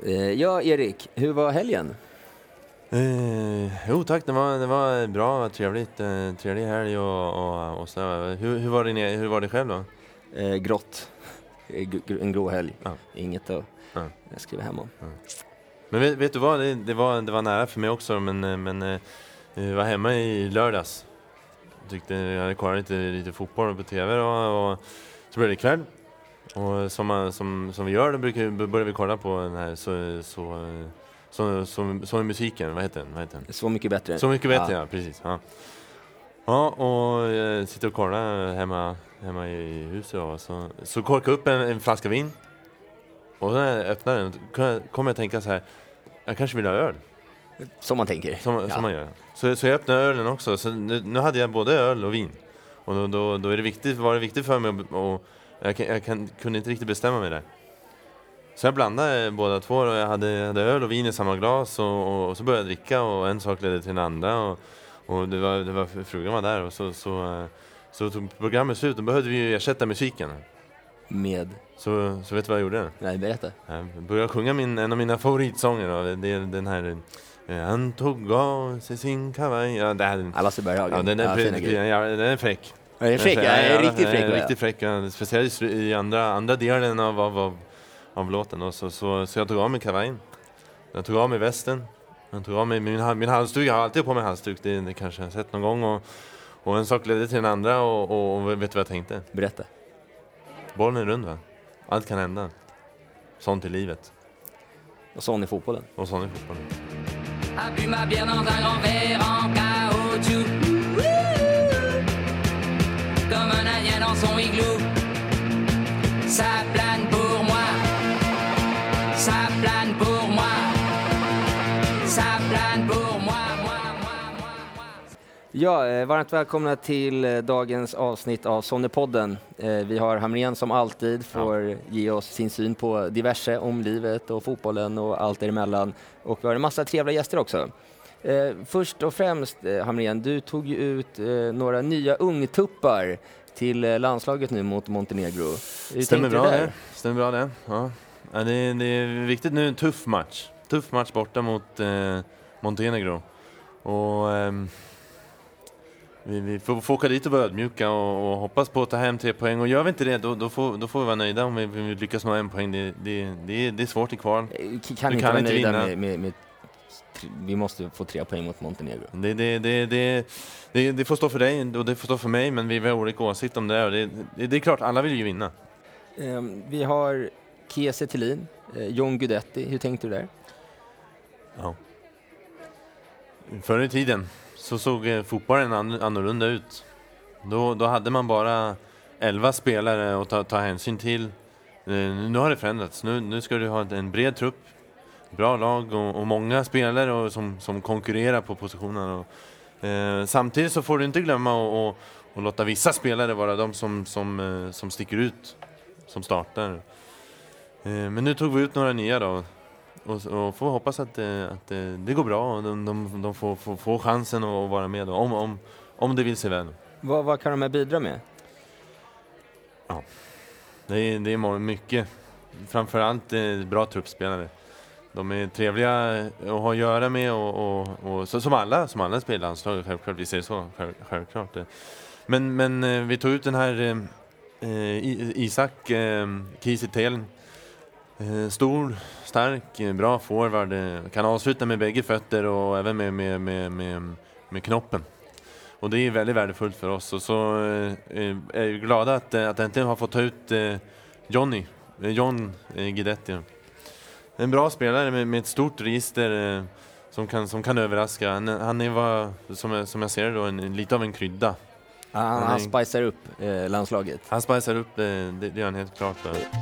Ja, Erik, hur var helgen? Jo tack, det var bra, trevligt, trevlig helg och så. Hur var det själv då? Grått. En grå helg. Ja. Inget att skriva hem om. Ja. Men vet du vad, det var nära för mig också, men jag var hemma i lördags. Jag hade kollat lite fotboll på tv och så blev det kväll. Och som vi gör, då börjar vi kolla på den här så är musiken, vad heter den? Så mycket bättre. Så mycket bättre, ja precis. Ja. Ja, och jag sitter och kollar hemma i huset och så korkar upp en flaska vin. Och när jag öppnar den kommer jag tänka så här, jag kanske vill ha öl. Som man tänker. Som man gör. Så jag öppnar ölen också. Så nu hade jag både öl och vin. Och då var det viktigt för mig och jag kunde inte riktigt bestämma mig där. Så jag blandade båda två och jag hade öl och vin i samma glas och så började jag dricka och en sak ledde till den andra och det var frugan var där och så tog programmet slut och behövde vi ju ersätta musiken. Med? Så vet du vad jag gjorde? Nej, berätta. Jag började sjunga en av mina favoritsånger då. Det är den här han tog av sig sin kavaj. Ja, det här. Lasse Berghagen. Ja, den är fräck. Ja, det är fräck. Riktigt fräck. Riktigt fräck. Speciellt i andra delen av låten. Och så jag tog av mig kavajen. Jag tog av mig västen. Jag tog av mig min halsduk. Jag har alltid på mig halsduk. Det kanske jag har sett någon gång. Och en sak ledde till den andra. Och vet du vad jag tänkte? Berätta. Bollen är rund, va? Allt kan hända. Sånt i livet. Och sån i fotbollen. A bu ma bière dans un grand verre en caoutchouc. Comme un indien dans son igloo. Ça plane pour moi. Ça plane pour moi. Ça plane pour moi. Ja, varmt välkomna till dagens avsnitt av Sonnypodden. Vi har Hamrén som alltid får ge oss sin syn på diverse om livet och fotbollen och allt däremellan. Och vi har en massa trevliga gäster också. Först och främst, Hamrén, du tog ju ut några nya ungtuppar till landslaget nu mot Montenegro. Stämmer bra det. Ja. Ja, det är viktigt nu, en tuff match borta mot Montenegro. Och vi får åka dit och vara ödmjuka och hoppas på att ta hem 3 poäng. Och gör vi inte det, då får vi vara nöjda om vi lyckas nå 1 poäng. Det är svårt i kval. Kan inte vara nöjda med vi måste få 3 poäng mot Montenegro. Det får stå för dig och det får stå för mig, men vi har olika åsikt om det. Och det är klart, alla vill ju vinna. Vi har Kiese Thelin, John Guidetti. Hur tänkte du där? Ja. Förr i tiden så såg fotbollen annorlunda ut. Då hade man bara 11 spelare att ta hänsyn till. Nu har det förändrats. Nu ska du ha en bred trupp, bra lag och många spelare som konkurrerar på positionerna. Samtidigt så får du inte glömma att låta vissa spelare vara de som sticker ut, som startar. Men nu tog vi ut några nya då. Och får hoppas att det går bra och de får chansen att vara med då, om det vill sig väl. Vad kan de här bidra med? Ja, det är mycket. Framförallt bra truppspelare. De är trevliga att ha att göra med och så, som alla spelarlandslag, självklart, vi säger så, självklart. Men vi tog ut den här Isak Kiese Thelin. Stor, stark, bra forward, kan avsluta med bägge fötter och även med knoppen. Och det är väldigt värdefullt för oss. Och så är jag glada att äntligen har fått ta ut John Guidetti. En bra spelare med ett stort register som kan överraska. Han var, som jag ser det då, lite av en krydda. Han spicar upp landslaget. Han spicar upp, det gör han helt klart.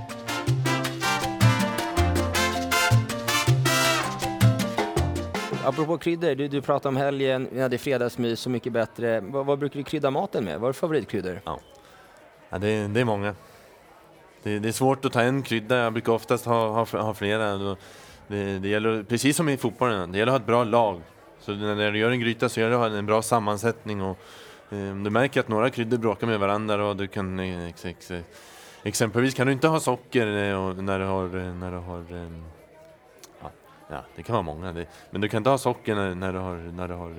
Apropå kryddor, du pratade om helgen, vi hade fredagsmys, så mycket bättre. Vad brukar du krydda maten med? Vad är favoritkryddor? Ja, det är många. Det är svårt att ta en krydda, jag brukar oftast ha flera. Det gäller, precis som i fotbollen, det gäller att ha ett bra lag. Så när du gör en gryta så gäller det att ha en bra sammansättning. Och du märker att några kryddor bråkar med varandra och du kan exempelvis kan du inte ha socker när du har Ja, det kan vara många. Men du kan inte ha socker när du har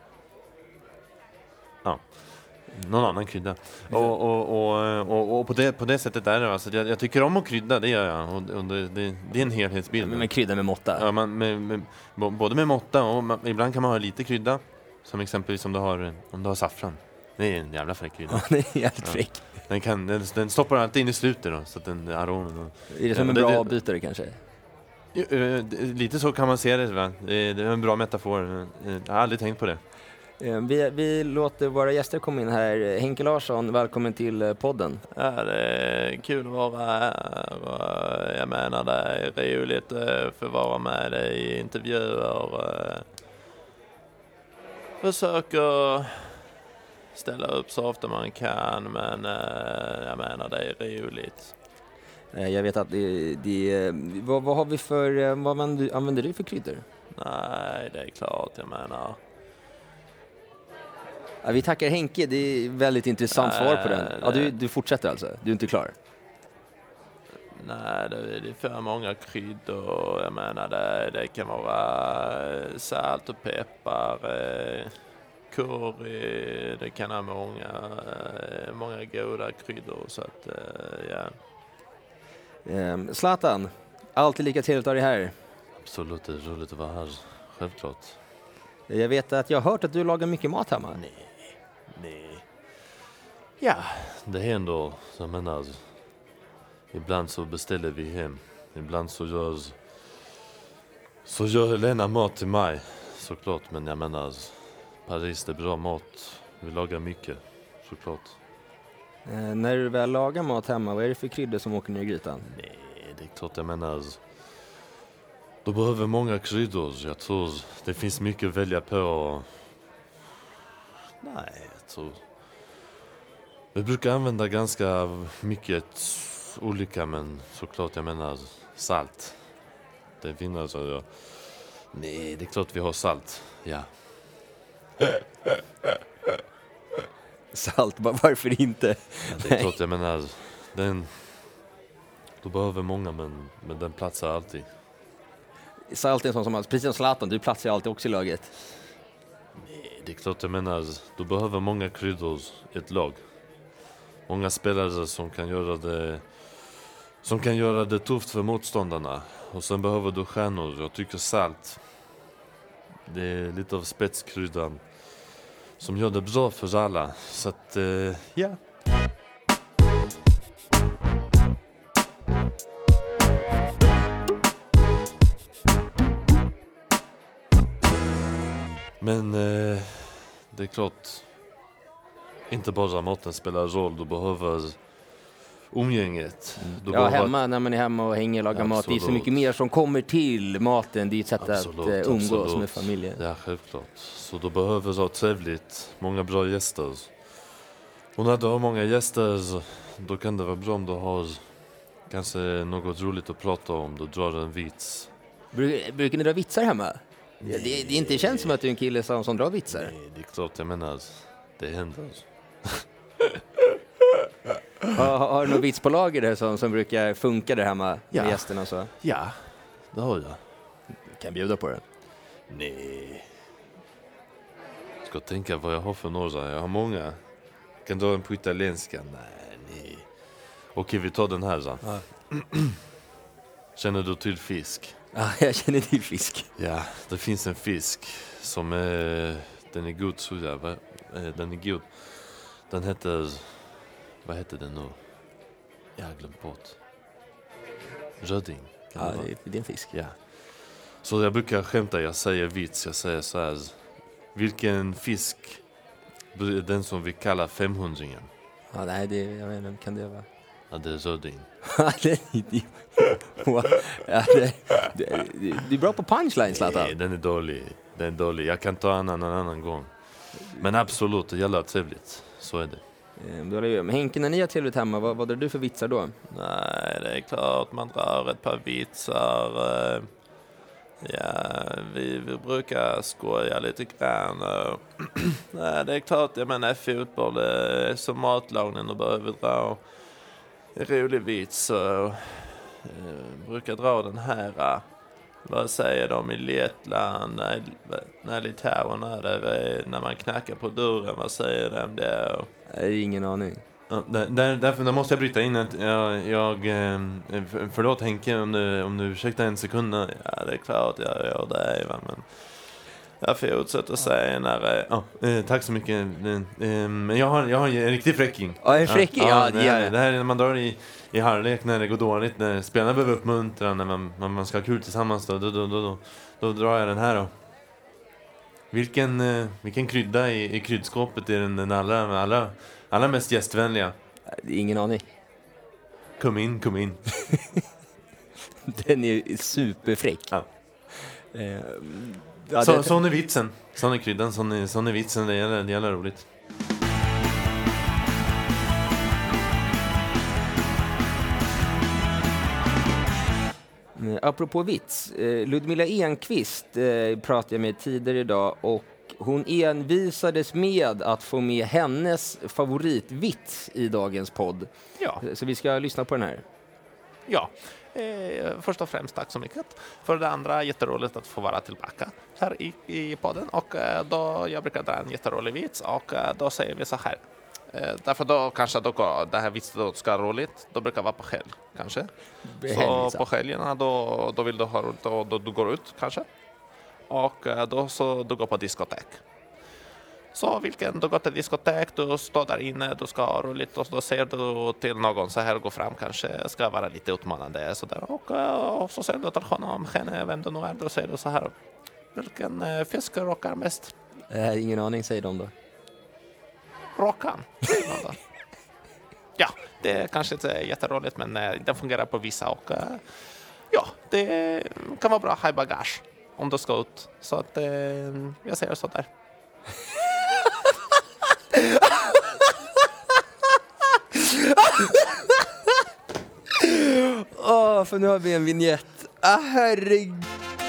någon annan krydda. Och på det sättet är det. Alltså, jag tycker om att krydda, det gör jag. Och det är en helhetsbild. Men krydda med måtta. Ja, både med måtta och ibland kan man ha lite krydda. Som exempelvis om du har saffran. Det är en jävla fräck krydda. Ja, det är jävligt fräck. Den stoppar alltid in i slutet då, så att den aromen. Är det som en bra avbytare kanske? Lite så kan man se det. Va? Det är en bra metafor. Jag har aldrig tänkt på det. Vi låter våra gäster komma in här. Henke Larsson, välkommen till podden. Ja, det är kul att vara här. Jag menar, det är roligt att få vara med i intervjuer. Försöker ställa upp så ofta man kan, men jag menar, det är roligt. Jag vet att vad har vi för, vad använder du för kryddor? Nej, det är klart, jag menar. Ja, vi tackar Henke, det är väldigt intressant svar på den. Ja, du fortsätter alltså, du är inte klar? Nej, det är för många kryddor. Jag menar, det kan vara salt och peppar, curry, det kan ha många goda kryddor, så att ja. Zlatan, alltid lika trevligt att ha dig här. Absolut, det är roligt att vara här, självklart. Jag vet att jag har hört att du lagar mycket mat hemma. Nej. Ja, det händer. Jag menar, ibland så beställer vi hem. Ibland så gör Helena mat till mig, såklart. Men jag menar, Paris, det är bra mat. Vi lagar mycket, såklart. När du väl lagar mat hemma, vad är det för kryddor som åker ner i grytan? Nej, det är klart, jag menar, då behöver många kryddor. Jag tror det finns mycket att välja på. Nej, jag tror vi brukar använda ganska mycket olika, men såklart, jag menar, salt. Det vinner så jag. Nej, det är klart vi har salt. Ja. Salt, varför inte? Ja, det är klart, jag menar, då behöver många, men den platsar alltid. Salt är en sån som, precis som Zlatan, du platsar ju alltid också i laget. Nej, det är klart, jag menar, du behöver många kryddor i ett lag. Många spelare som kan göra det tufft för motståndarna. Och sen behöver du stjärnor. Jag tycker salt, det är lite av spetskryddan som gör det bra för alla. Så att, ja. Men det är klart, inte bara maten spelar roll. Du behöver umgänget. Hemma, när man är hemma och hänger och lagar mat. Det är så mycket mer som kommer till maten. Det är ett sätt att umgås med familjen. Ja, självklart. Så du behöver ha trevligt. Många bra gäster. Och när du har många gäster, då kan det vara bra om du har kanske något roligt att prata om. Du drar en vits. Brukar ni dra vitsar hemma? Det inte känns som att du är en kille som drar vitsar. Nej, det är klart, jag menar, det händer. Har du någon vits på lager där som brukar funka där hemma med gästerna och så? Ja, det har jag. Kan bjuda på det. Nej. Jag ska tänka vad jag har för några. Jag har många. Jag kan dra en på italienska. Nej. Okej, vi tar den här då. Ja. Känner du till fisk? Ja, jag känner till fisk. Ja, det finns en fisk som den är god, så jag. Den är god. Den heter, vad heter den nu? Jag har glömt bort. Röding. Ja, det är en fisk. Ja. Så jag brukar skämta, jag säger vits, jag säger så här: vilken fisk är den som vi kallar 500-ringen? Ja, nej, jag vet inte, kan det vara? Ja, det är röding. Du är bra på punchlines, Zlatan. Nej, den är dålig. Jag kan ta en annan gång. Men absolut, det gäller trevligt. Så är det. Men Henke, när ni har trevligt hemma, vad drar du för vitsar då? Nej, det är klart man drar ett par vitsar. Ja, vi brukar skoja lite grann. Nej, det är klart, jag menar, fotboll är som matlagning och behöver dra en rolig vits. Brukar dra den här. Vad säger de i Lettland, när Litauen är där, när man knackar på dörren, vad säger de där? Ingen aning. Ja, därför måste jag bryta in att förlåt Henke om du ursäktar en sekund. Ja, det är klart jag gör det, va, men jag fortsätter senare. Tack så mycket. Jag har en riktig fräcking. Ja, en fräcking? Ja, det här är när man drar i halvlek, när det går dåligt, när spelarna behöver uppmuntran, när man ska ha kul tillsammans, då drar jag den här då. Vilken krydda i kryddskåpet är den allra mest gästvänliga? Ingen aning. Kom in. Den är superfräck. Ja. Ja, sån är vitsen. Sån är kryddan, sån är vitsen. Det gäller roligt. Apropå vits, Ludmilla Enqvist pratade jag med tidigare idag, och hon envisades med att få med hennes favoritvits i dagens podd. Ja. Så vi ska lyssna på den här. Ja, först och främst tack så mycket. För det andra, jätteroligt att få vara tillbaka här i podden. Och då jag brukar dra en jätterolig vits, och då säger vi så här. Därför då kanske det här vitsen ska vara roligt. Då brukar vara på helg kanske. Så på helgerna då vill du ha roligt, och då du går ut kanske. Och då du går på diskotek. Så vilken du går till diskotek, du står där inne, du ska ha roligt, och då ser du till någon så här, gå fram, kanske ska vara lite utmanande så där. Och så ser du till honom, henne, vem det nu är, då säger du så här: vilken fisk rockar mest? Ingen aning, säger de då. Rockan. Ja, det kanske inte är jätteroligt, men den fungerar på vissa, och ja, det kan vara bra att ha i bagage om du ska ut. Så att jag säger så där. För nu har vi en vignett. Herregud.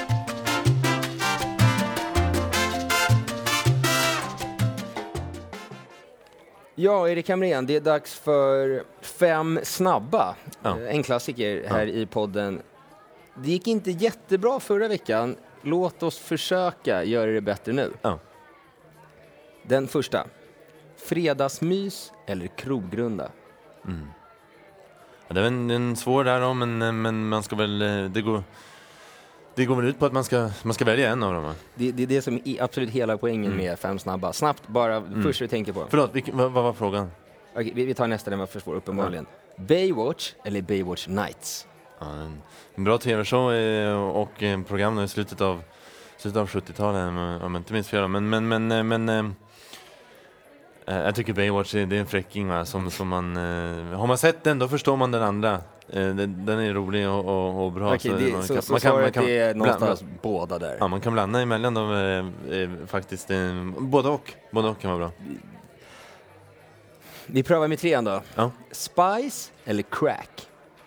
Ja, Erik Hamrén, det är dags för 5 snabba. En klassiker här i podden. Det gick inte jättebra förra veckan. Låt oss försöka göra det bättre nu. Den första. Fredagsmys eller krogrunda? Ja, det är en svår där då, men man ska väl det går väl ut på att man ska välja en av dem, va? Det är det som är absolut hela poängen med 5 snabba. Snabbt bara först du tänker på. Förlåt, vad var frågan? Okej, vi tar nästa, den var för svår uppenbarligen. Baywatch eller Baywatch Nights? Ja, en bra tv-show och program i slutet av 70-talet, om jag inte minns fel. Men jag tycker Baywatch är en fräcking, va? Som man har man sett den, då förstår man den andra. Den är rolig och bra. Okej, så svaret är någonstans båda där. Ja, man kan blanda emellan dem faktiskt. Både och kan vara bra. Vi prövar med 3 då. Ja. Spice eller crack?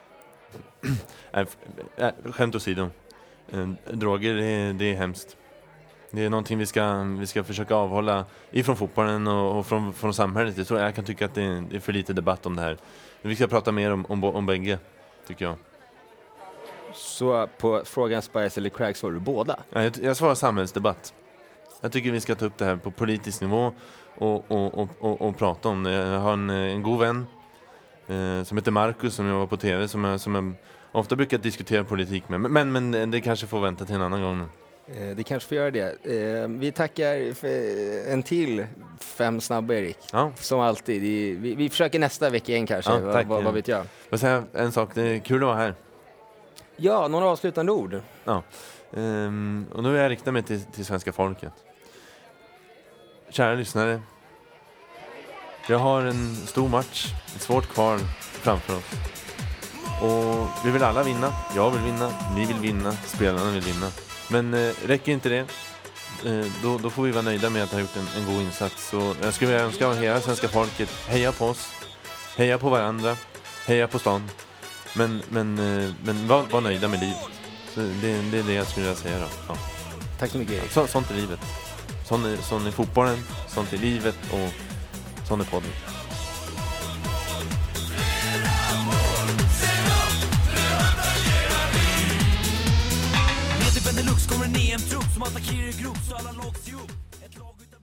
Skämt åsido. Droger, det är hemskt. Det är någonting vi ska försöka avhålla ifrån fotbollen och från samhället. Jag kan tycka att det är för lite debatt om det här. Men vi ska prata mer om bägge, tycker jag. Så på frågan Spice eller crack svarar du båda? Jag svarar samhällsdebatt. Jag tycker vi ska ta upp det här på politisk nivå och prata om det. Jag har en god vän som heter Marcus, som jag var på tv, som jag ofta brukar diskutera politik med. Men det kanske får vänta till en annan gång. Det kanske får göra det. Vi tackar för en till 5 snabba, Erik. Ja. Som alltid. Vi försöker nästa vecka igen kanske. Ja, tack. Vad vet jag? Jag säga en sak, det är kul att vara här. Ja, några avslutande ord. Ja. Och nu vill jag rikta mig till svenska folket. Kära lyssnare. Jag har en stor match, ett svårt kval framför oss. Och vi vill alla vinna. Jag vill vinna, ni vill vinna, spelarna vill vinna. Men räcker inte det, då får vi vara nöjda med att ha gjort en god insats. Så jag skulle vilja önska hela svenska folket: heja på oss, heja på varandra, heja på stan. Men var nöjda med livet. Så det är det jag skulle vilja säga då. Ja. Tack så mycket, Erik. Sånt är livet. Sån är fotbollen, sånt är livet och sån är podden. deluxe kommer en EM-trupp som attackerar i grop så alla lag ser upp. Ett lag utan